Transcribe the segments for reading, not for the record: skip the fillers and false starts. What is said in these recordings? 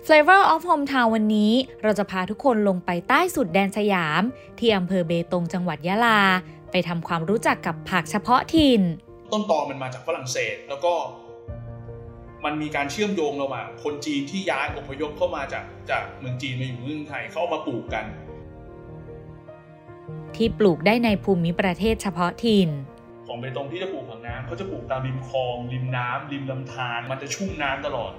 Flavor of Hometown วันนี้เราจะพาทุกคนลงไปใต้สุดแดนสยามที่อำเภอเบตงจังหวัดยะลาไปทำความรู้จักกับผักเฉพาะถิ่นต้นตอมันมาจากฝรั่งเศสแล้วก็มันมีการเชื่อมโยงระหว่างคนจีนที่ย้ายอพยพเข้ามาจากเมืองจีนมาอยู่เมืองไทยเขาเอามาปลูกกันที่ปลูกได้ในภูมิประเทศเฉพาะถิ่นของเบตงที่จะปลูกผักน้ำเขาจะปลูกตามริมคลองริมน้ำริมลำธารมันจะชุ่มน้ำตลอด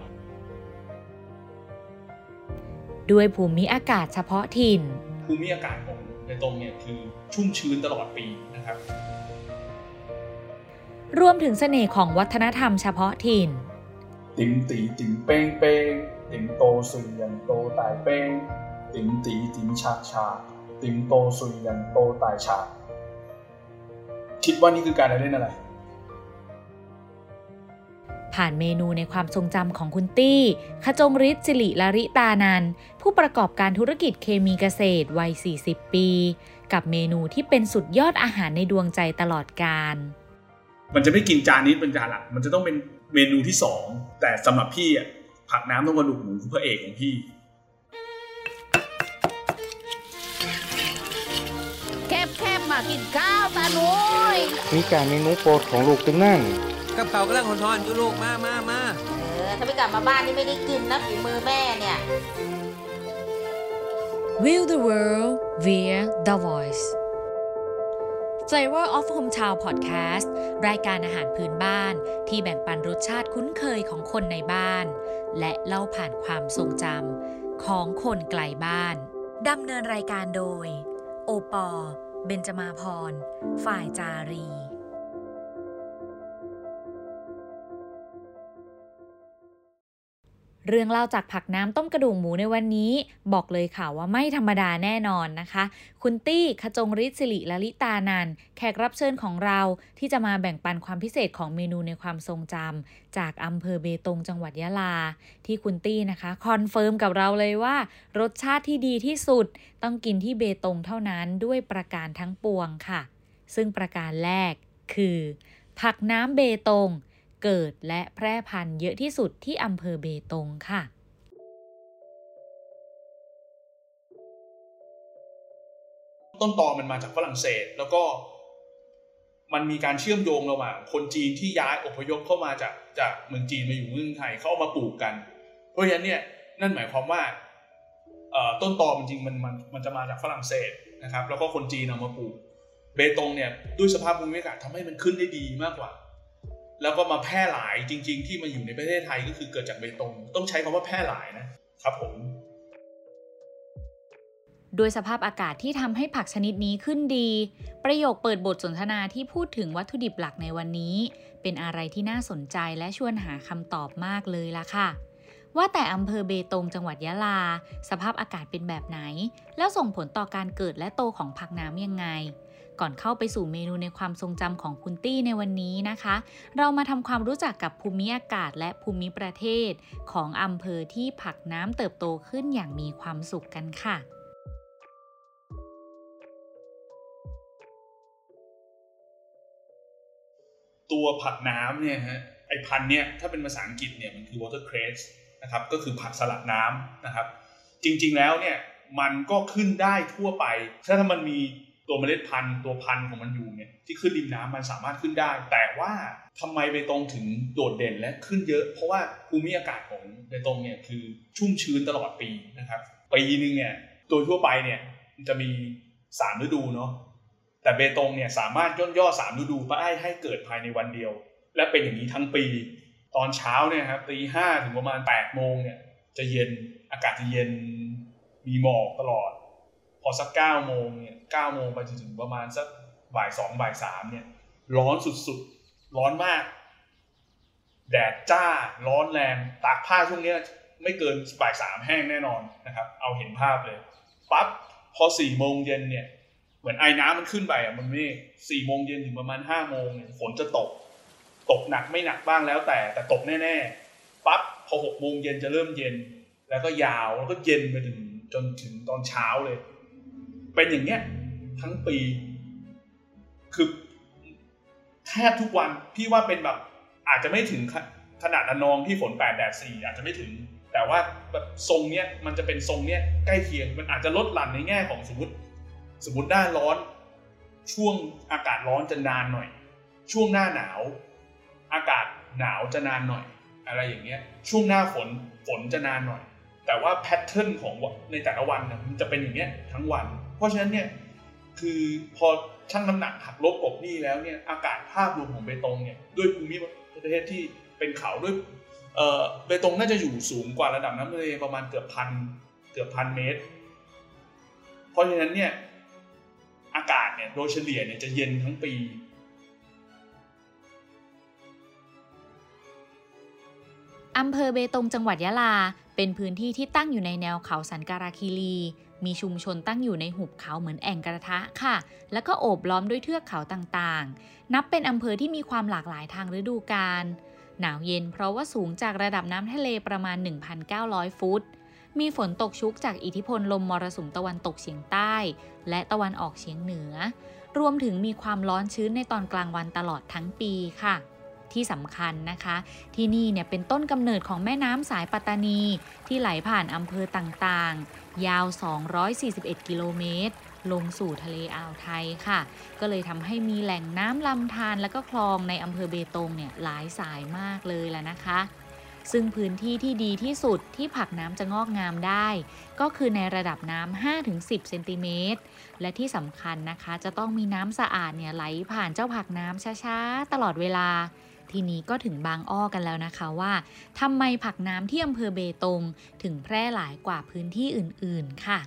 ด้วยภูมิอากาศเฉพาะถิ่นภูมิอากาศของเบตงเนี่ยคือชุ่มชื้นตลอดปีนะครับรวมถึงเสน่ห์ของวัฒนธรรมเฉพาะถิ่นติ๋งตีติ๋งเป้งเป้งติ๋งโตสุยยันโตตายเป้งติ๋งตีติ๋งชาชาติ๋งโตสุยยันโตตายชาคิดว่านี่คือการเล่นอะไรผ่านเมนูในความทรงจำของคุณตี้ขจงฤทธิ์สิริลริตานันท์ผู้ประกอบการธุรกิจเคมีเกษตรวัย40ปีกับเมนูที่เป็นสุดยอดอาหารในดวงใจตลอดกาลมันจะไม่กินจานนี้เป็นจานหลักมันจะต้องเป็นเมนูที่2แต่สำหรับพี่อ่ะผักน้ำต้มกระดูกหมูคือพระเอกของพี่แคบมากินข้าวตาหนุยมีการเมนูโปรดของลูกตึงนั่นกับเขากำลังทอนอยู่ลูกมาถ้าไม่กลับมาบ้านนี่ไม่ได้กินนะฝีมือแม่เนี่ย View the world via the voice Flavor of Hometown Podcast รายการอาหารพื้นบ้านที่แบ่งปันรสชาติคุ้นเคยของคนในบ้านและเล่าผ่านความทรงจำของคนไกลบ้านดำเนินรายการโดยโอปอล์ เบญจมาภรณ์ ฝ่ายจารีเรื่องเล่าจากผักน้ำต้มกระดูกหมูในวันนี้บอกเลยค่ะว่าไม่ธรรมดาแน่นอนนะคะคุณตี้ขจงฤทธิ์สิริลลิตานันท์แขกรับเชิญของเราที่จะมาแบ่งปันความพิเศษของเมนูในความทรงจำจากอำเภอเบตงจังหวัดยะลาที่คุณตี้นะคะคอนเฟิร์มกับเราเลยว่ารสชาติที่ดีที่สุดต้องกินที่เบตงเท่านั้นด้วยประการทั้งปวงค่ะซึ่งประการแรกคือผักน้ำเบตงเกิดและแพร่พันธุ์เยอะที่สุดที่อำเภอเบตงค่ะต้นตอมันมาจากฝรั่งเศสแล้วก็มันมีการเชื่อมโยงระหว่างคนจีนที่ย้ายอพยพเข้ามาจากเมืองจีนมาอยู่เมืองไทยเขาเอามาปลูกกันเพราะฉะนั้นเนี่ยนั่นหมายความว่าต้นตอจริงมันจะมาจากฝรั่งเศสนะครับแล้วก็คนจีนเอามาปลูกเบตงเนี่ยด้วยสภาพภูมิอากาศทำให้มันขึ้นได้ดีมากกว่าแล้วก็มาแพร่หลายจริงๆที่มาอยู่ในประเทศไทยก็คือเกิดจากเบตงต้องใช้คำว่าแพร่หลายนะครับผมโดยสภาพอากาศที่ทำให้ผักชนิดนี้ขึ้นดีประโยคเปิดบทสนทนาที่พูดถึงวัตถุดิบหลักในวันนี้เป็นอะไรที่น่าสนใจและชวนหาคำตอบมากเลยล่ะค่ะว่าแต่อำเภอเบตงจังหวัดยะลาสภาพอากาศเป็นแบบไหนแล้วส่งผลต่อการเกิดและโตของผักน้ำยังไงก่อนเข้าไปสู่เมนูในความทรงจำของคุณตี้ในวันนี้นะคะเรามาทำความรู้จักกับภูมิอากาศและภูมิประเทศของอำเภอที่ผักน้ำเติบโตขึ้นอย่างมีความสุขกันค่ะตัวผักน้ำเนี่ยฮะไอพันธุ์เนี่ยถ้าเป็นภาษาอังกฤษเนี่ยมันคือ watercress นะครับก็คือผักสลัดน้ำนะครับจริงๆแล้วเนี่ยมันก็ขึ้นได้ทั่วไปถ้ามันมีตัวเมล็ดพันธุ์ตัวพันธุ์ของมันอยู่เนี่ยที่ขึ้นริมน้ำมันสามารถขึ้นได้แต่ว่าทำไมเบตงถึงโดดเด่นและขึ้นเยอะเพราะว่าภูมิอากาศของเบตงเนี่ยคือชุ่มชื้นตลอดปีนะครับปีนึงเนี่ยโดยทั่วไปเนี่ยมันจะมี3ฤดูเนาะแต่เบตงเนี่ยสามารถย่อ3ฤดูไปให้เกิดภายในวันเดียวและเป็นอย่างนี้ทั้งปีตอนเช้าเนี่ยครับ 5:00 ถึงประมาณ 8:00 นเนี่ยจะเย็นอากาศจะเย็นมีหมอกตลอดพอสัก 9:00 นเนี่ย 9:00 นไปจนถึงประมาณสัก 2:00 บ่าย 3:00 เนี่ยร้อนสุดๆร้อนมากแดดจ้าร้อนแรงตากผ้าช่วงนี้ไม่เกินบ่าย 3:00 แห้งแน่นอนนะครับเอาเห็นภาพเลยปั๊บพอ 4:00 นเนี่ยเหมือนไอ้น้ำมันขึ้นไปอ่ะมันไม่ 4:00 นถึงประมาณ 5:00 นเนี่ยฝนจะตกหนักไม่หนักบ้างแล้วแต่ตกแน่ๆปั๊บพอ 6:00 นจะเริ่มเย็นแล้วก็ยาวแล้วก็เย็นไปจนถึงตอนเช้าเลยเป็นอย่างเงี้ยทั้งปีคือแทบทุกวันพี่ว่าเป็นแบบอาจจะไม่ถึงขนาดระนองที่ฝน8 แดด 4อาจจะไม่ถึงแต่แต่ว่าแบบทรงเนี้ยมันจะเป็นทรงเนี้ยใกล้เคียงมันอาจจะลดหลั่นในแง่ของสมมติหน้าร้อนช่วงอากาศร้อนจะนานหน่อยช่วงหน้าหนาวอากาศหนาวจะนานหน่อยอะไรอย่างเงี้ยช่วงหน้าฝนจะนานหน่อยแต่ว่าแพทเทิร์นของในแต่ละวันนะมันจะเป็นอย่างเงี้ยทั้งวันเพราะฉะนั้นเนี่ยคือพอชั่งน้ำหนักหักลบกบนี่แล้วเนี่ยอากาศภาพรวมของเบตงเนี่ยด้วยภูมิประเทศที่เป็นเขาด้วยเบตงน่าจะอยู่สูงกว่าระดับน้ำทะเลประมาณเกือบพันเมตรเพราะฉะนั้นเนี่ยอากาศเนี่ยโดยเฉลี่ยเนี่ยจะเย็นทั้งปีอำเภอเบตงจังหวัดยะลาเป็นพื้นที่ที่ตั้งอยู่ในแนวเขาสันการาคีรีมีชุมชนตั้งอยู่ในหุบเขาเหมือนแอ่งกระทะค่ะแล้วก็โอบล้อมด้วยเทือกเขาต่างๆนับเป็นอำเภอที่มีความหลากหลายทางฤดูกาลหนาวเย็นเพราะว่าสูงจากระดับน้ำทะเลประมาณ 1,900 ฟุตมีฝนตกชุกจากอิทธิพลลมมรสุมตะวันตกเฉียงใต้และตะวันออกเฉียงเหนือรวมถึงมีความร้อนชื้นในตอนกลางวันตลอดทั้งปีค่ะที่สำคัญนะคะที่นี่เนี่ยเป็นต้นกำเนิดของแม่น้ำสายปัตตานีที่ไหลผ่านอำเภอต่างๆยาว241กิโลเมตรลงสู่ทะเลอ่าวไทยค่ะก็เลยทำให้มีแหล่งน้ำลำธารและก็คลองในอำเภอเบตงเนี่ยหลายสายมากเลยล่ะนะคะซึ่งพื้นที่ที่ดีที่สุดที่ผักน้ำจะงอกงามได้ก็คือในระดับน้ำ 5-10 เซนติเมตรและที่สำคัญนะคะจะต้องมีน้ำสะอาดเนี่ยไหลผ่านเจ้าผักน้ำช้าๆตลอดเวลาทีนี้ก็ถึงบางอ้อกันแล้วนะคะว่าทำไมผักน้ำที่อำเภอเบตงถึงแพร่หลายกว่าพื้นที่อื่นๆค่ะ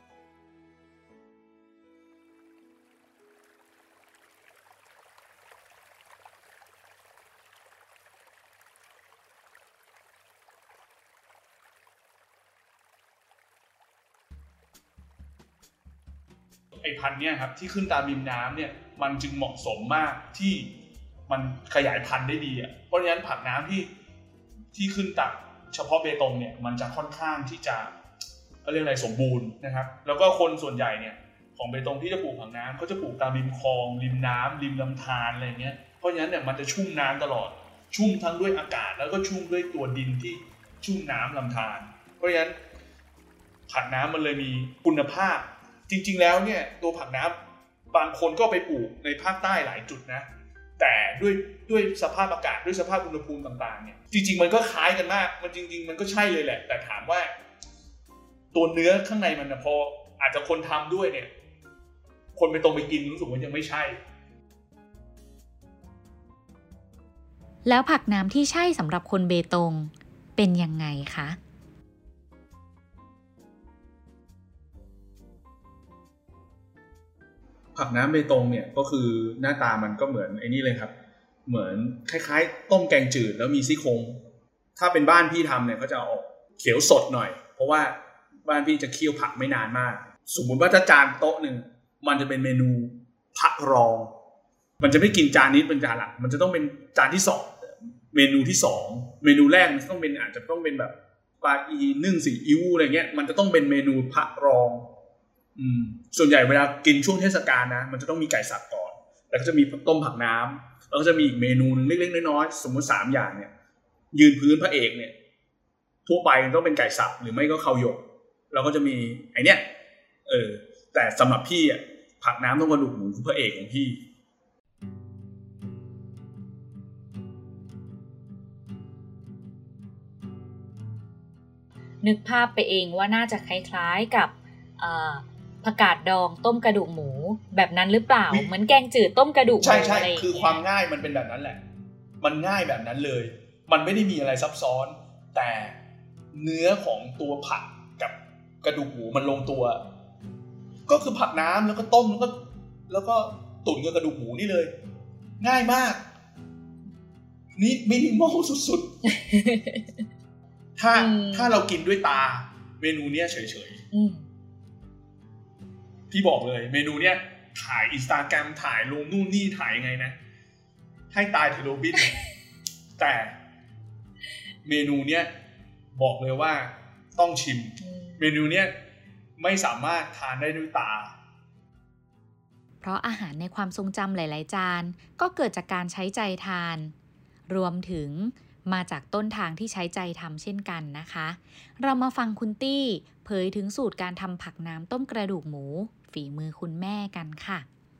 ไอ้พันธุ์เนี่ยครับที่ขึ้นตามริมน้ำเนี่ยมันจึงเหมาะสมมากที่มันขยายพันธุ์ได้ดีอ่ะเพราะฉะนั้นผักน้ำที่ขึ้นตักเฉพาะเบตงเนี่ยมันจะค่อนข้างที่จะเรียกอะไรสมบูรณ์นะครับแล้วก็คนส่วนใหญ่เนี่ยของเบตงที่จะปลูกผักน้ำเขาจะปลูกตามริมคลองริมน้ำริมลำธารอะไรเงี้ยเพราะฉะนั้นเนี่ยมันจะชุ่มน้ำตลอดชุ่มทั้งด้วยอากาศแล้วก็ชุ่มด้วยตัวดินที่ชุ่มน้ำลำธารเพราะฉะนั้นผักน้ำมันเลยมีคุณภาพจริงๆแล้วเนี่ยตัวผักน้ำบางคนก็ไปปลูกในภาคใต้หลายจุดนะแต่ด้วยสภาพอากาศด้วยสภาพอุณหภูมิต่างๆเนี่ยจริงๆมันก็คล้ายกันมากมันจริงๆมันก็ใช่เลยแหละแต่ถามว่าตัวเนื้อข้างในมันนะพออาจจะคนทำด้วยเนี่ยคนไปตรงไปกินรู้สึกว่ายังไม่ใช่แล้วผักน้ำที่ใช่สำหรับคนเบตงเป็นยังไงคะผักน้ำเบตงเนี่ยก็คือหน้าตามันก็เหมือนไอ้นี่เลยครับเหมือนคล้ายๆต้มแกงจืดแล้วมีซี่โครงถ้าเป็นบ้านพี่ทำเนี่ยเขาจะออกเขียวสดหน่อยเพราะว่าบ้านพี่จะเคี่ยวผักไม่นานมากสมมุติว่าถ้าจานโต๊ะนึงมันจะเป็นเมนูผักรองมันจะไม่กินจานนี้เป็นจานหลักมันจะต้องเป็นจานที่2เมนูที่2เมนูแรกมันต้องเป็นอาจจะต้องเป็นแบบปลาอีนึ่งซีอิ๊วอะไรเงี้ยมันจะต้องเป็นเมนูผักรองส่วนใหญ่เวลากินช่วงเทศกาลนะมันจะต้องมีไก่สับก่อนแล้วก็จะมีต้มผักน้ำแล้วก็จะมีอีกเมนูนึงเล็กๆน้อยๆสมมติ3อย่างเนี่ยยืนพื้นพระเอกเนี่ยทั่วไปต้องเป็นไก่สับหรือไม่ก็ข้าวหยกแล้วก็จะมีไอเนี้ยแต่สำหรับพี่อ่ะผักน้ำต้มกระดูกหมูคือพระเอกของพี่นึกภาพไปเองว่าน่าจะคล้ายๆกับผักกาดดองต้มกระดูกหมูแบบนั้นหรือเปล่าเหมือนแกงจืดต้มกระดูกหมูใช่ๆคือความง่ายมันเป็นแบบนั้นแหละมันง่ายแบบนั้นเลยมันไม่ได้มีอะไรซับซ้อนแต่เนื้อของตัวผักกับกระดูกหมูมันลงตัวก็คือผักน้ำแล้วก็ต้มแล้วก็ตุ๋นกับกระดูกหมูนี่เลยง่ายมากนี่มินิมอลสุดๆถ้าเรากินด้วยตาเมนูเนี้ยเฉยๆพี่บอกเลยเมนูเนี้ยถ่าย Instagram ถ่ายลงนู่นนี่ถ่ายยังไงนะให้ตายเทโลบิน แต่เมนูเนี้ยบอกเลยว่าต้องชิมเมนูเนี้ยไม่สามารถทานได้ด้วยตาเพราะอาหารในความทรงจำหลายๆจานก็เกิดจากการใช้ใจทานรวมถึงมาจากต้นทางที่ใช้ใจทำเช่นกันนะคะเรามาฟังคุณตี้เผยถึงสูตรการทำผักน้ำต้มกระดูกหมูฝีมือคุณแม่กันค่ะ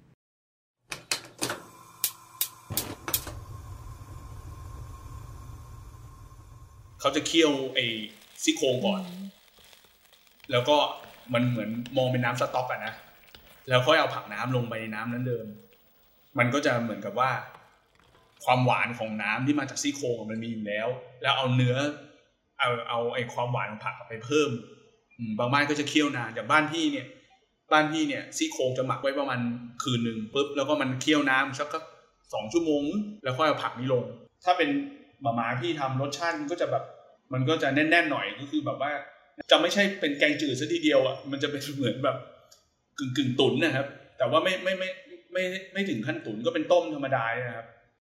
เขาจะเคี่ยวไอ้ซี่โครงก่อนแล้วก็มันเหมือนมองเป็นน้ำสต๊อกอะนะแล้วค่อยเอาผักน้ำลงไปในน้ำนั้นเดิมมันก็จะเหมือนกับว่าความหวานของน้ำที่มาจากซี่โครงมันมีอยู่แล้วเอาเนื้อเอาไอ้ความหวานของผักไปเพิ่มบางบ้านก็จะเคี่ยวนานอย่างบ้านพี่เนี่ยซี่โครงจะหมักไว้ประมาณคืนนึงปุ๊บแล้วก็มันเคี่ยวน้ำสัก2 ชั่วโมงแล้วค่อยเอาผักนี้ลงถ้าเป็นหม่าพี่ทำรสชาติมันก็จะแบบมันก็จะแน่นๆหน่อยก็คือแบบว่าจะไม่ใช่เป็นแกงจืดซะทีเดียวอ่ะมันจะเป็นเหมือนแบบกึ่งตุ๋นนะครับแต่ว่าไม่ถึงขั้นตุ๋นก็เป็นต้มธรรมดานะครับ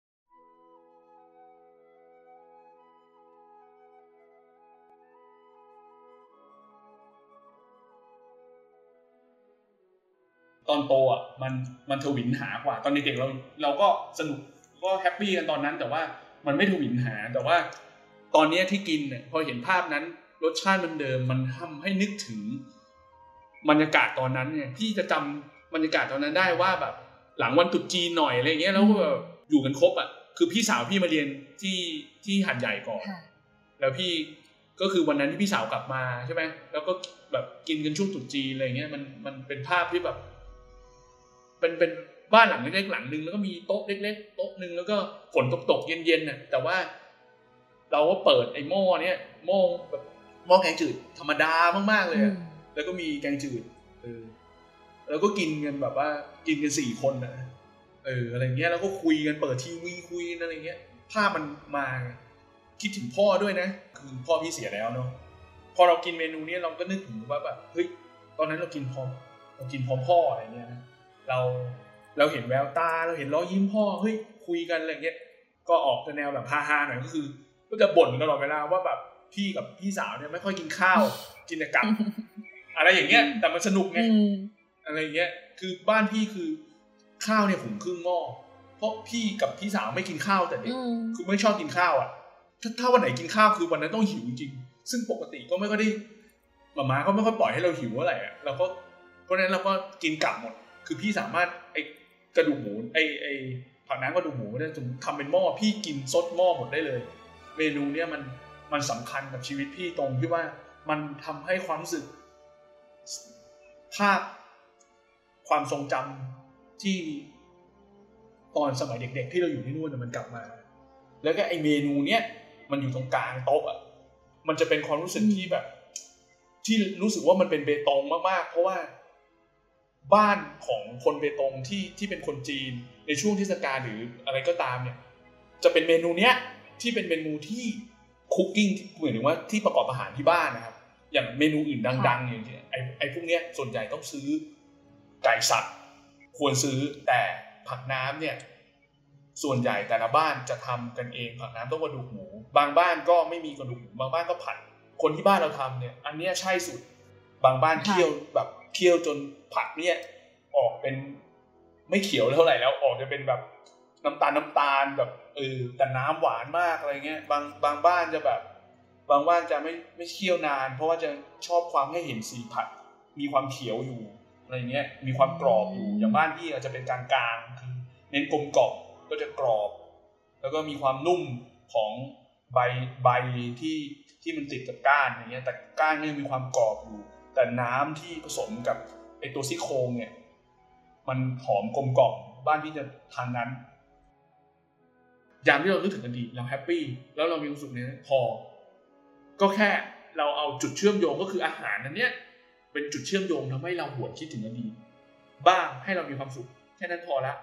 ตอนโตอ่ะมันทวินหากว่าตอนเด็กๆเราก็สนุกก็แฮปปี้กันตอนนั้นแต่ว่ามันไม่ทวินหาแต่ว่าตอนนี้ที่กินเนี่ยพอเห็นภาพนั้นรสชาติมันเดิมมันทำให้นึกถึงบรรยากาศตอนนั้นเนี่ยพี่จะจำบรรยากาศตอนนั้นได้ว่าแบบหลังวันตรุษจีนหน่อยอะไรเงี้ยแล้วก็แบบอยู่กันครบอ่ะคือพี่สาวพี่มาเรียนที่หาดใหญ่ก่อนแล้วพี่ก็คือวันนั้นที่พี่สาวกลับมาใช่ไหมแล้วก็แบบกินกันช่วงตรุษจีนอะไรเงี้ยมันเป็นภาพที่แบบเป็นบ้านหลังเล็กๆหลังนึงแล้วก็มีโต๊ะเล็กๆโต๊ะนึงแล้วก็ฝนตกเย็นๆน่ะแต่ว่าเราก็เปิดไอ้หม้อเนี้ยหม้อแกงจืดธรรมดามากๆเลยแล้วก็มีแกงจืดแล้วก็กินกันแบบว่ากินกัน4 คนนะอะไรเงี้ยแล้วก็คุยกันเปิดทีวีคุยอะไรเงี้ยภาพมันมาคิดถึงพ่อด้วยนะคือพ่อพี่เสียแล้วเนาะพอเรากินเมนูนี้เราก็นึกถึงว่าแบบเฮ้ยตอนนั้นเรากินพร้อมพ่ออะไรเงี้ยนะเราเห็นแววตาเราเห็นรอยยิ้มพ่อเฮ้ยคุยกันอะไรเงี้ยก็ออกแนวแบบฮาๆหน่อยก็คือก็จะบ่นตลอดเวลาว่าแบบพี่กับพี่สาวเนี่ยไม่ค่อยกินข้าวกินแต่กับ อะไรอย่างเงี้ยแต่มันสนุกไงอะไรอย่างเงี้ยคือบ้านพี่คือข้าวเนี่ยหุงครึ่งหม้อเพราะพี่กับพี่สาวไม่กินข้าวแต่เด็กคือไม่ชอบกินข้าวอ่ะถ้าวันไหนกินข้าวคือวันนั้นต้องหิวจริงซึ่งปกติก็ไม่ก็ได้หม่าก็ไม่ค่อยปล่อยให้เราหิวเท่าไหร่เราก็เพราะนั้นเราก็กินกลับหมดคือพี่สามารถไอ้กระดูกหมูไอ้ผักน้ำกระดูกหมูเนี่ยทำเป็นหม้อพี่กินซดหม้อหมดได้เลยเมนูเนี่ยมันสำคัญกับชีวิตพี่ตรงที่ว่ามันทำให้ความรู้สึกภาพความทรงจำที่ตอนสมัยเด็กๆที่เราอยู่ที่นู่นมันกลับมาแล้วก็ไอ้เมนูเนี้ยมันอยู่ตรงกลางโต๊ะอ่ะมันจะเป็นความรู้สึกที่แบบที่รู้สึกว่ามันเป็นเบตงมากๆเพราะว่าบ้านของคนเบตงที่เป็นคนจีนในช่วงเทศกาลหรืออะไรก็ตามเนี่ยจะเป็นเมนูเนี้ยที่เป็นเมนูที่คุกกิ้งเหมือนถึงว่าที่ประกอบอาหารที่บ้านนะครับอย่างเมนูอื่นดังๆอย่างเงี้ยไอ้พวกเนี้ยส่วนใหญ่ต้องซื้อไก่สับควรซื้อแต่ผักน้ำเนี่ยส่วนใหญ่แต่ละบ้านจะทำกันเองผักน้ำต้มกระดูกหมูบางบ้านก็ไม่มีกระดูกหมูบางบ้านก็ผัดคนที่บ้านเราทำเนี่ยอันเนี้ยใช่สุดบางบ้านเคี่ยวจนผัดเนี่ยออกเป็นไม่เขียวเท่าไหร่แล้วออกจะเป็นแบบน้ำตาลแบบแต่น้ำหวานมากอะไรเงี้ยบางบ้านจะแบบบางบ้านจะไม่เคี่ยวนานเพราะว่าจะชอบความให้เห็นสีผัดมีความเขียวอยู่อะไรเงี้ยมีความกรอบอยู่อย่างบ้านพี่อาจจะเป็นกลางๆคือเน้นกลมกล่อมก็จะกรอบแล้วก็มีความนุ่มของใบที่มันติดกับก้านอย่างเงี้ยแต่ก้านเนี่ยมีความกรอบอยู่แต่น้ำที่ผสมกับไอตัวซี่โครงเนี่ยมันหอมกลมกล่อมบ้านพี่จะทางนั้นยามที่เรานึกถึงอดีตเราแฮปปี้แล้วเรามีความสุขเนี่ยพอก็แค่เราเอาจุดเชื่อมโยงก็คืออาหารนั้นเนี่ยเป็นจุดเชื่อมโยงทำให้เราหวนคิดถึงอดีตบ้างให้เรามีความสุขแค่นั้นพอละ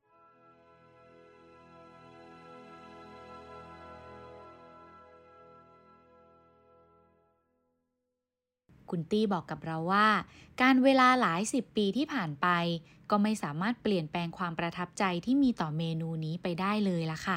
คุณตี้บอกกับเราว่าการเวลาหลาย10 ปีที่ผ่านไปก็ไม่สามารถเปลี่ยนแปลงความประทับใจที่มีต่อเมนูนี้ไปได้เลยล่ะค่ะ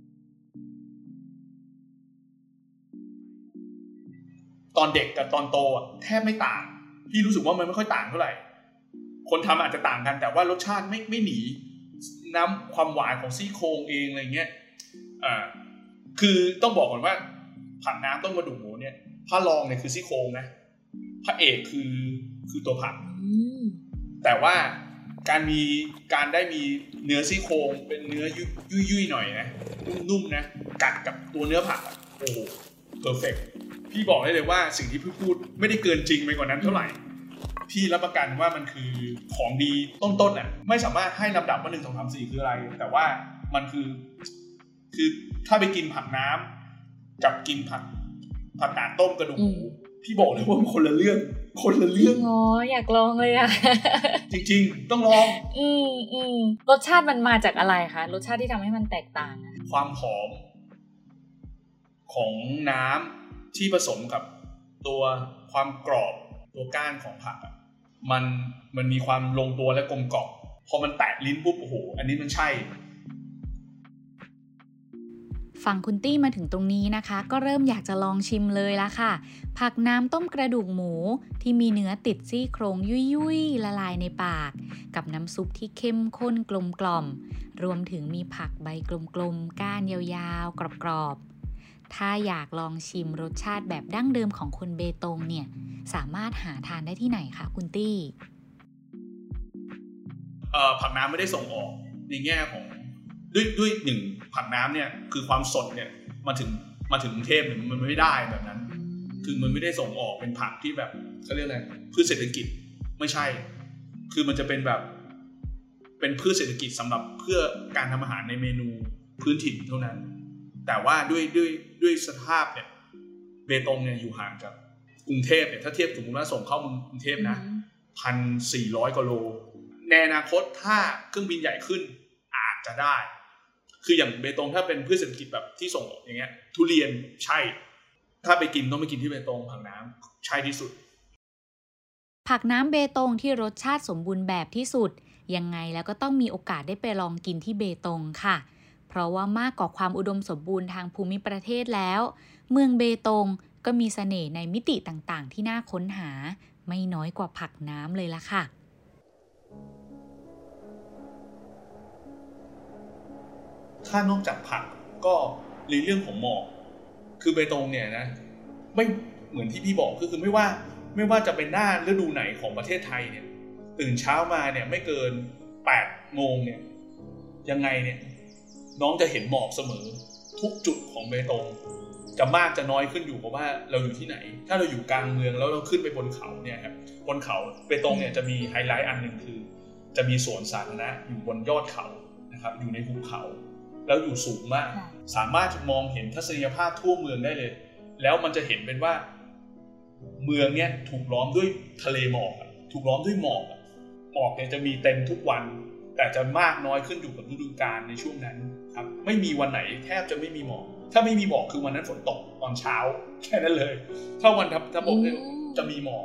ตอนเด็กกับตอนโตแทบไม่ต่างพี่รู้สึกว่ามันไม่ค่อยต่างเท่าไหร่คนทำอาจจะต่างกันแต่ว่ารสชาติไม่หนีน้ำความหวานของซี่โครงเองอะไรเงี้ยคือต้องบอกก่อนว่าผักน้ำต้มกระดูกหมูเนี่ยพระรองเนี่ยคือซี่โครงนะพระเอกคือตัวผักแต่ว่าการได้มีเนื้อซี่โครงเป็นเนื้อยุ่ยๆหน่อยนะนุ่มๆนะกัดกับตัวเนื้อผักโอ้โหเพอร์เฟคพี่บอกได้เลยว่าสิ่งที่พี่พูดไม่ได้เกินจริงไปกว่านั้นเท่าไหร่พี่รับประกันว่ามันคือของดีต้นๆน่ะไม่สามารถให้ลำดับว่า1 2 3 4คืออะไรแต่ว่ามันคือถ้าไปกินผักน้ำกับกินผักกาดต้มกระดูกหมูพี่บอกเลยว่ามันคนละเรื่องอ๋ออยากลองเลยอ่ะจริงๆต้องลองรสชาติมันมาจากอะไรคะรสชาติที่ทำให้มันแตกต่างความหอมของน้ำที่ผสมกับตัวความกรอบตัวก้านของผักมันมีความลงตัวและกลมกล่อมพอมันแตะลิ้นปุ๊บโอ้โหอันนี้มันใช่ฟังคุณตี้มาถึงตรงนี้นะคะก็เริ่มอยากจะลองชิมเลยละค่ะผักน้ำต้มกระดูกหมูที่มีเนื้อติดซี่โครงยุ่ยๆละลายในปากกับน้ำซุปที่เข้มข้นกลมกล่อมรวมถึงมีผักใบกลมๆก้านยาวๆกรอบๆถ้าอยากลองชิมรสชาติแบบดั้งเดิมของคนเบตงเนี่ยสามารถหาทานได้ที่ไหนคะคุณตี้ผักน้ำไม่ได้ส่งออกในแง่ของด้วยหนึ่งผักน้ำเนี่ยคือความสดเนี่ยมาถึงกรุงเทพมันไม่ได้แบบนั้นคือมันไม่ได้ส่งออกเป็นผักที่แบบเขาเรียกอะไรพืชเศรษฐกิจไม่ใช่คือมันจะเป็นแบบเป็นพืชเศรษฐกิจสำหรับเพื่อการทำอาหารในเมนูพื้นถิ่นเท่านั้นแต่ว่าด้วยสภาพเนี่ยเบตงเนี่ยอยู่ห่างจากกรุงเทพเนี่ยถ้าเทียบสมมติว่าส่งเข้ากรุงเทพนะ 1,400 กว่าโลในอนาคตถ้าเครื่องบินใหญ่ขึ้นอาจจะได้คืออย่างเบตงถ้าเป็นพืชเศรษฐกิจแบบที่ส่งออกอย่างเงี้ยทุเรียนใช่ถ้าไปกินต้องไปกินที่เบตงผักน้ำใช่ที่สุดผักน้ำเบตงที่รสชาติสมบูรณ์แบบที่สุดยังไงแล้วก็ต้องมีโอกาสได้ไปลองกินที่เบตงค่ะเพราะว่ามากกว่าความอุดมสมบูรณ์ทางภูมิประเทศแล้วเมืองเบตงก็มีเสน่ห์ในมิติต่างๆที่น่าค้นหาไม่น้อยกว่าผักน้ำเลยล่ะค่ะถ้านอกจากผักก็ในเรื่องของหมอกคือเบตงเนี่ยนะไม่เหมือนที่พี่บอกคือไม่ว่าจะเป็นหน้าฤดูไหนของประเทศไทยเนี่ยตื่นเช้ามาเนี่ยไม่เกิน 8 โมงเนี่ยยังไงเนี่ยน้องจะเห็นหมอกเสมอทุกจุดของเบตงจะมากจะน้อยขึ้นอยู่กับว่าเราอยู่ที่ไหนถ้าเราอยู่กลางเมืองแล้วเราขึ้นไปบนเขาเนี่ยครับบนเขาเบตงเนี่ยจะมีไฮไลท์อันนึงคือจะมีสวนสาธารณะอยู่บนยอดเขานะครับอยู่ในภูเขาแล้วอยู่สูงมากสามารถมองเห็นทัศนียภาพทั่วเมืองได้เลยแล้วมันจะเห็นเป็นว่าเมืองเนี้ยถูกล้อมด้วยทะเลหมอกถูกล้อมด้วยหมอกเนี่ยจะมีเต็มทุกวันแต่จะมากน้อยขึ้นอยู่กับฤดูกาลในช่วงนั้นครับไม่มีวันไหนแทบจะไม่มีหมอกถ้าไม่มีหมอกคือวันนั้นฝนตกตอนเช้าแค่นั้นเลยถ้าวันทับบอกเนี่ยจะมีหมอก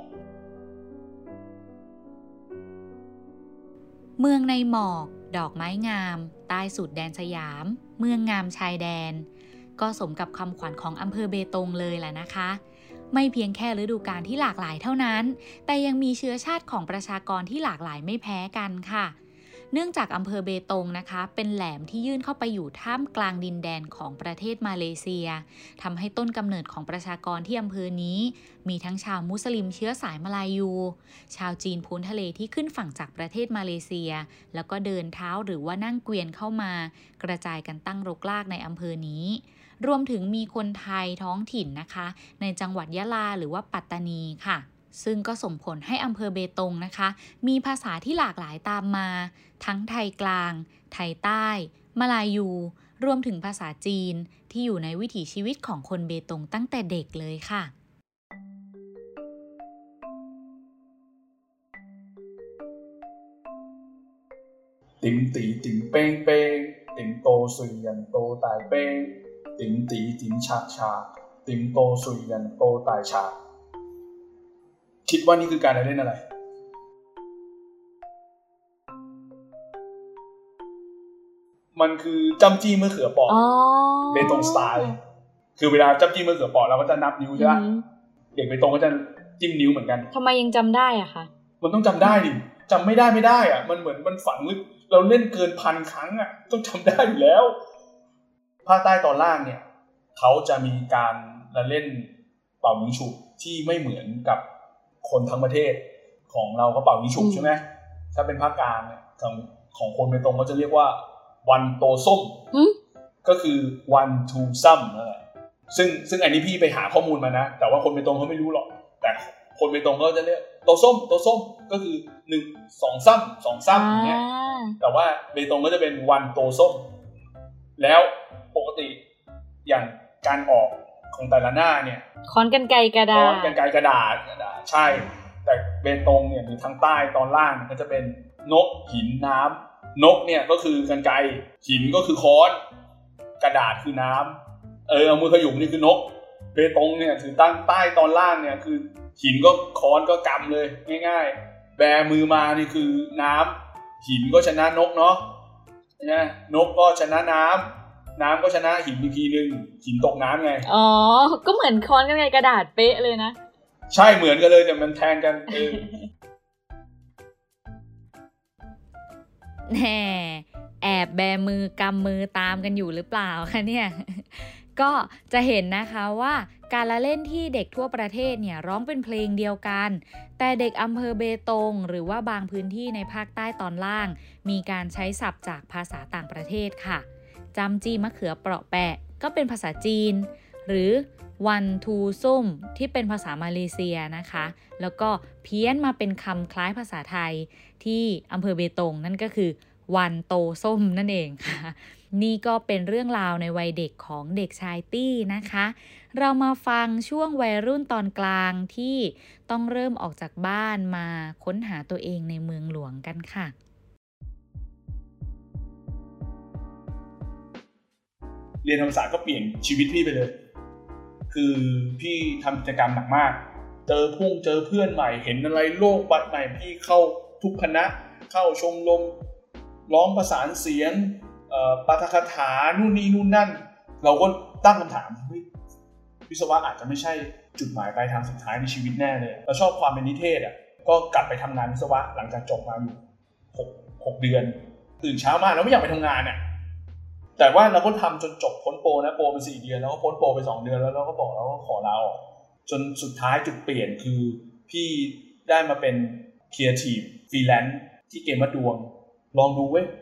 เมืองในหมอกดอกไม้งามใต้สุดแดนสยามเมืองงามชายแดนก็สมกับคำขวัญของอำเภอเบตงเลยแหละนะคะไม่เพียงแค่ฤดูกาลที่หลากหลายเท่านั้นแต่ยังมีเชื้อชาติของประชากรที่หลากหลายไม่แพ้กันค่ะเนื่องจากอำเภอเบตงนะคะเป็นแหลมที่ยื่นเข้าไปอยู่ท่ามกลางดินแดนของประเทศมาเลเซียทำให้ต้นกำเนิดของประชากรที่อำเภอนี้มีทั้งชาวมุสลิมเชื้อสายมลายูชาวจีนพ้นทะเลที่ขึ้นฝั่งจากประเทศมาเลเซียแล้วก็เดินเท้าหรือว่านั่งเกวียนเข้ามากระจายกันตั้งรกรากในอำเภอนี้รวมถึงมีคนไทยท้องถิ่นนะคะในจังหวัดยะลาหรือว่าปัตตานีค่ะซึ่งก็ส่งผลให้อำเภอเบตงนะคะมีภาษาที่หลากหลายตามมาทั้งไทยกลางไทยใต้มลายูรวมถึงภาษาจีนที่อยู่ในวิถีชีวิตของคนเบตงตั้งแต่เด็กเลยค่ะติ๋มตีติ๋มเป้งเป้งติ๋มโตสุยยันโตตายเป้งติ๋มตีติ๋มฉากฉากติ๋มโตสุยยันโตตายฉากคิดว่านี่คือการเล่นอะไรมันคือจ้ำจี้มะเขือเปราะเบตงสไตล์คือเวลาจ้ำจี้มะเขือเปราะเราก็จะนับนิ้วใช่ไหมเด็กเบตงก็จะจิ้มนิ้วเหมือนกันทำไมยังจำได้อะคะมันต้องจำได้ดิจำไม่ได้อะมันเหมือนมันฝังลึกเราเล่นเกิน 1,000 ครั้งอะต้องจำได้อยู่แล้วภาคใต้ตอนล่างเนี่ยเขาจะมีการละเล่นเป่ายิงฉุบที่ไม่เหมือนกับคนทั้งประเทศของเราก็เป่ายิงฉุบใช่ไหมถ้าเป็นภาคกลางเนี่ยของคนเบตงก็จะเรียกว่าวันโตส้มก็คือวันทูซัมนั่นแหละซึ่งอันนี้พี่ไปหาข้อมูลมานะแต่ว่าคนเบตงเขาไม่รู้หรอกแต่คนเบตงก็จะเรียกโตส้มก็คือ1 2ซ้ำ2ซ้ำอย่างเงี้ยแต่ว่าเบตงก็จะเป็นวันโตส้มแล้วปกติอย่างการออกของแต่ละหน้าเนี่ยค้อนกรรไกรกระดาษใช่แต่เบตงเนี่ยหรือทางใต้ตอนล่างก็จะเป็นนกหินน้ำนกเนี่ยก็คือกรรไกรหินก็คือค้อนกระดาษคือน้ำเอามือขยุมนี่คือนกเบตงเนี่ยถือตั้งใต้ตอนล่างเนี่ยคือหินก็ค้อนก็กำเลยง่ายๆแบมือมานี่คือน้ำหินก็ชนะนกเนาะนะนกก็ชนะน้ำก็ชนะหินอีกทีนึงหินตกน้ำไงก็เหมือนค้อนกันไงกระดาษเป๊ะเลยนะใช่เหมือนกันเลยแต่มันแทนกันแน่แอบแบมือกำมือตามกันอยู่หรือเปล่าคะเนี่ยก็จะเห็นนะคะว่าการละเล่นที่เด็กทั่วประเทศเนี่ยร้องเป็นเพลงเดียวกันแต่เด็กอำเภอเบตงหรือว่าบางพื้นที่ในภาคใต้ตอนล่างมีการใช้ศัพท์จากภาษาต่างประเทศค่ะจำจีมะเขือเปราะแปะก็เป็นภาษาจีนหรือวันทูซุ่มที่เป็นภาษามาเลเซียนะคะแล้วก็เพี้ยนมาเป็นคำคล้ายภาษาไทยที่อำเภอเบตงนั่นก็คือวันโตส้มนั่นเองค่ะนี่ก็เป็นเรื่องราวในวัยเด็กของเด็กชายตี้นะคะเรามาฟังช่วงวัยรุ่นตอนกลางที่ต้องเริ่มออกจากบ้านมาค้นหาตัวเองในเมืองหลวงกันค่ะเรียนธรรมศาสตร์ก็เปลี่ยนชีวิตพี่ไปเลยคือพี่ทำกิจกรรมหนักมากเจอเพื่อนใหม่เห็นอะไรโลกบัดใหม่พี่เข้าทุกคณะเข้าชมรมร้องประสานเสียงปาฐกถานู่นนี่นู่นนั่นเราก็ตั้งคำถามวิศวะอาจจะไม่ใช่จุดหมายปลายทางสุดท้ายในชีวิตแน่เลยเราชอบความเป็นนิเทศก็กลับไปทำงานวิศวะหลังจากจบมาอยู่6 เดือนตื่นเช้ามาแล้วไม่อยากไปทำงานแต่ว่าเราก็ทำจนจบพ้นโปรนะโปรเป็น4 เดือนแล้วก็พ้นโปรไป2 เดือนแล้วเราก็บอกแล้วว่าขอลาออกจนสุดท้ายจุดเปลี่ยนคือพี่ได้มาเป็น Creative Freelance ที่เกมวัดดวงลองดูเว้ย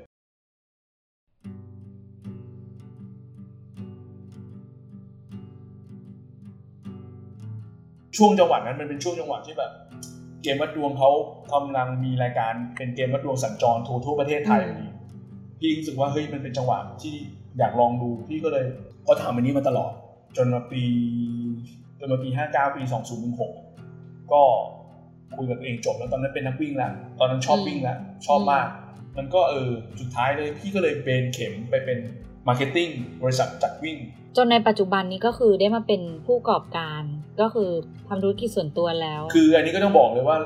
ช่วงจังหวะนั้นมันเป็นช่วงจังหวะที่แบบเกมวัดดวงเขากำลังมีรายการเป็นเกมวัดดวงสัญจรทั่วประเทศไทยพี่รู้สึกว่าเฮ้ยมันเป็นจังหวะที่อยากลองดูพี่ก็เลยก็ทำอันนี้มาตลอดจนมาปี59ปี2016ก็คุยกับตัวเองจบแล้วตอนนั้นเป็นนักวิ่งแล้วตอนนั้นชอบวิ่งแล้วชอบมากมันก็สุดท้ายเลยพี่ก็เลยเบนเข็มไปเป็นมาร์เก็ตติ้งบริษัทจัดวิ่งจนในปัจจุบันนี้ก็คือได้มาเป็นผู้ประกอบการก็คือทำธุรกิจส่วนตัวแล้วคืออันนี้ก็ต้องบอกเลยว่า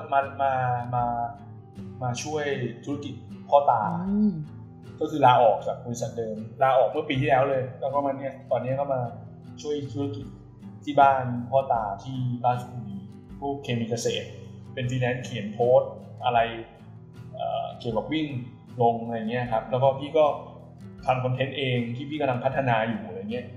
มาช่วยธุรกิจพ่อตาก็คือลาออกจากบริษัทเดิมลาออกเมื่อปีที่แล้วเลยแล้วก็มันเนี่ยตอนนี้ก็มาช่วยธุรกิจที่บ้านพ่อตาที่ราชบุรีพวกเคมีเกษตรเป็นฟรีแลนซ์เขียนโพสต์อะไรเกี่ยวกับวิ่งลงอะไรเงี้ยครับแล้วก็พี่ก็ทำคอนเทนต์เองที่พี่กำลังพัฒนาอยู่อะไรเงี้ย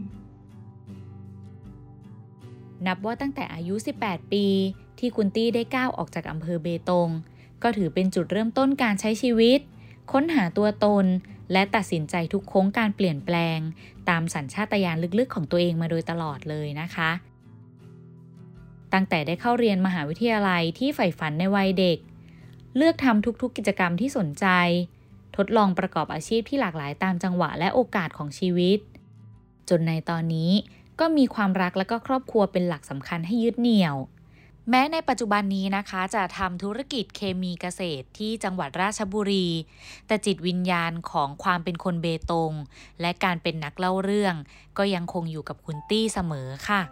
นับว่าตั้งแต่อายุ18 ปีที่คุณตี้ได้ก้าวออกจากอำเภอเบตงก็ถือเป็นจุดเริ่มต้นการใช้ชีวิตค้นหาตัวตนและตัดสินใจทุกโค้งการเปลี่ยนแปลงตามสัญชาตญาณลึกๆของตัวเองมาโดยตลอดเลยนะคะตั้งแต่ได้เข้าเรียนมหาวิทยาลัยที่ใฝ่ฝันในวัยเด็กเลือกทำทุกๆกิจกรรมที่สนใจทดลองประกอบอาชีพที่หลากหลายตามจังหวะและโอกาสของชีวิตจนในตอนนี้ก็มีความรักและก็ครอบครัวเป็นหลักสำคัญให้ยึดเหนี่ยวแม้ในปัจจุบันนี้นะคะจะทำธุรกิจเคมีเกษตรที่จังหวัดราชบุรีแต่จิตวิญญาณของความเป็นคนเบตงและการเป็นนักเล่าเรื่องก็ยังคงอยู่กับคุณตี้เสมอค่ะ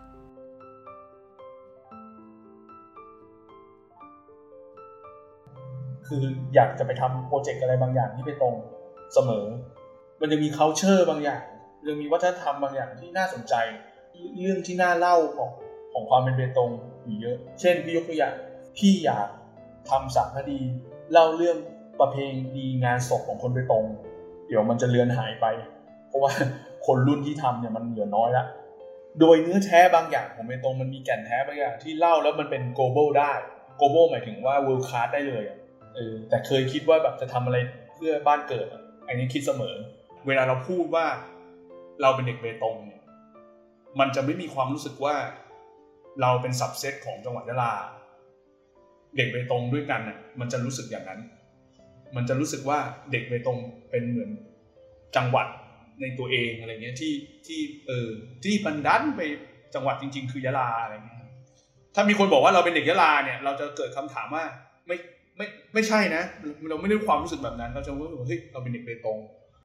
คืออยากจะไปทำโปรเจกต์อะไรบางอย่างที่เบตงเสมอมันจะมี culture บางอย่างยังมีวัฒนธรรมบางอย่างที่น่าสนใจเรื่องที่น่าเล่าของความเป็นเบตงอยู่เยอะเช่นพี่ยกตัวอย่างพี่อยากทำสารคดีเล่าเรื่องประเพณีงานศพของคนเบตงเดี๋ยวมันจะเลือนหายไปเพราะว่าคนรุ่นที่ทำเนี่ยมันเหลือน้อยแล้วโดยเนื้อแท้บางอย่างของเบตงมันมีแก่นแท้บางอย่างที่เล่าแล้วมันเป็น global ได้ global หมายถึงว่า world class ได้เลยแต่เคยคิดว่าแบบจะทำอะไรเพื่อบ้านเกิดอันนี้คิดเสมอเวลาเราพูดว่าเราเป็นเด็กเบตงเนี่ยมันจะไม่มีความรู้สึกว่าเราเป็นซับเซตของจังหวัดยะลาเด็กเบตงด้วยกันน่ะมันจะรู้สึกอย่างนั้นมันจะรู้สึกว่าเด็กเบตงเป็นเหมือนจังหวัดในตัวเองอะไรเงี้ยที่บันดันไปจังหวัดจริงๆคือยะลาอะไรเงี้ยถ้ามีคนบอกว่าเราเป็นเด็กยะลาเนี่ยเราจะเกิดคำถามว่าไม่ใช่นะเราไม่ได้ความรู้สึกแบบนั้นเราจะรู้สึกว่าเฮ้ยเราเป็นเด็กเบตง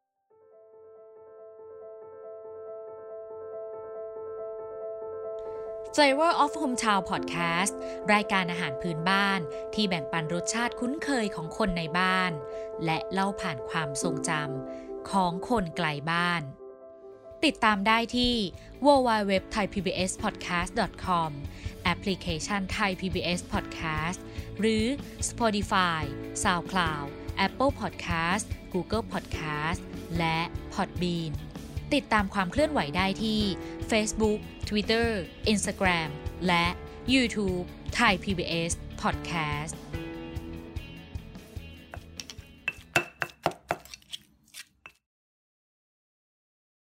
Flavor of Hometown Podcast รายการอาหารพื้นบ้านที่แบ่งปันรสชาติคุ้นเคยของคนในบ้านและเล่าผ่านความทรงจำของคนไกลบ้านติดตามได้ที่ www.thaipbspodcast.com แอปพลิเคชัน Thai PBS Podcast หรือ Spotify, SoundCloud, Apple Podcast, Google Podcast และ Podbeanติดตามความเคลื่อนไหวได้ที่ Facebook, Twitter, Instagram และ YouTube Thai PBS Podcast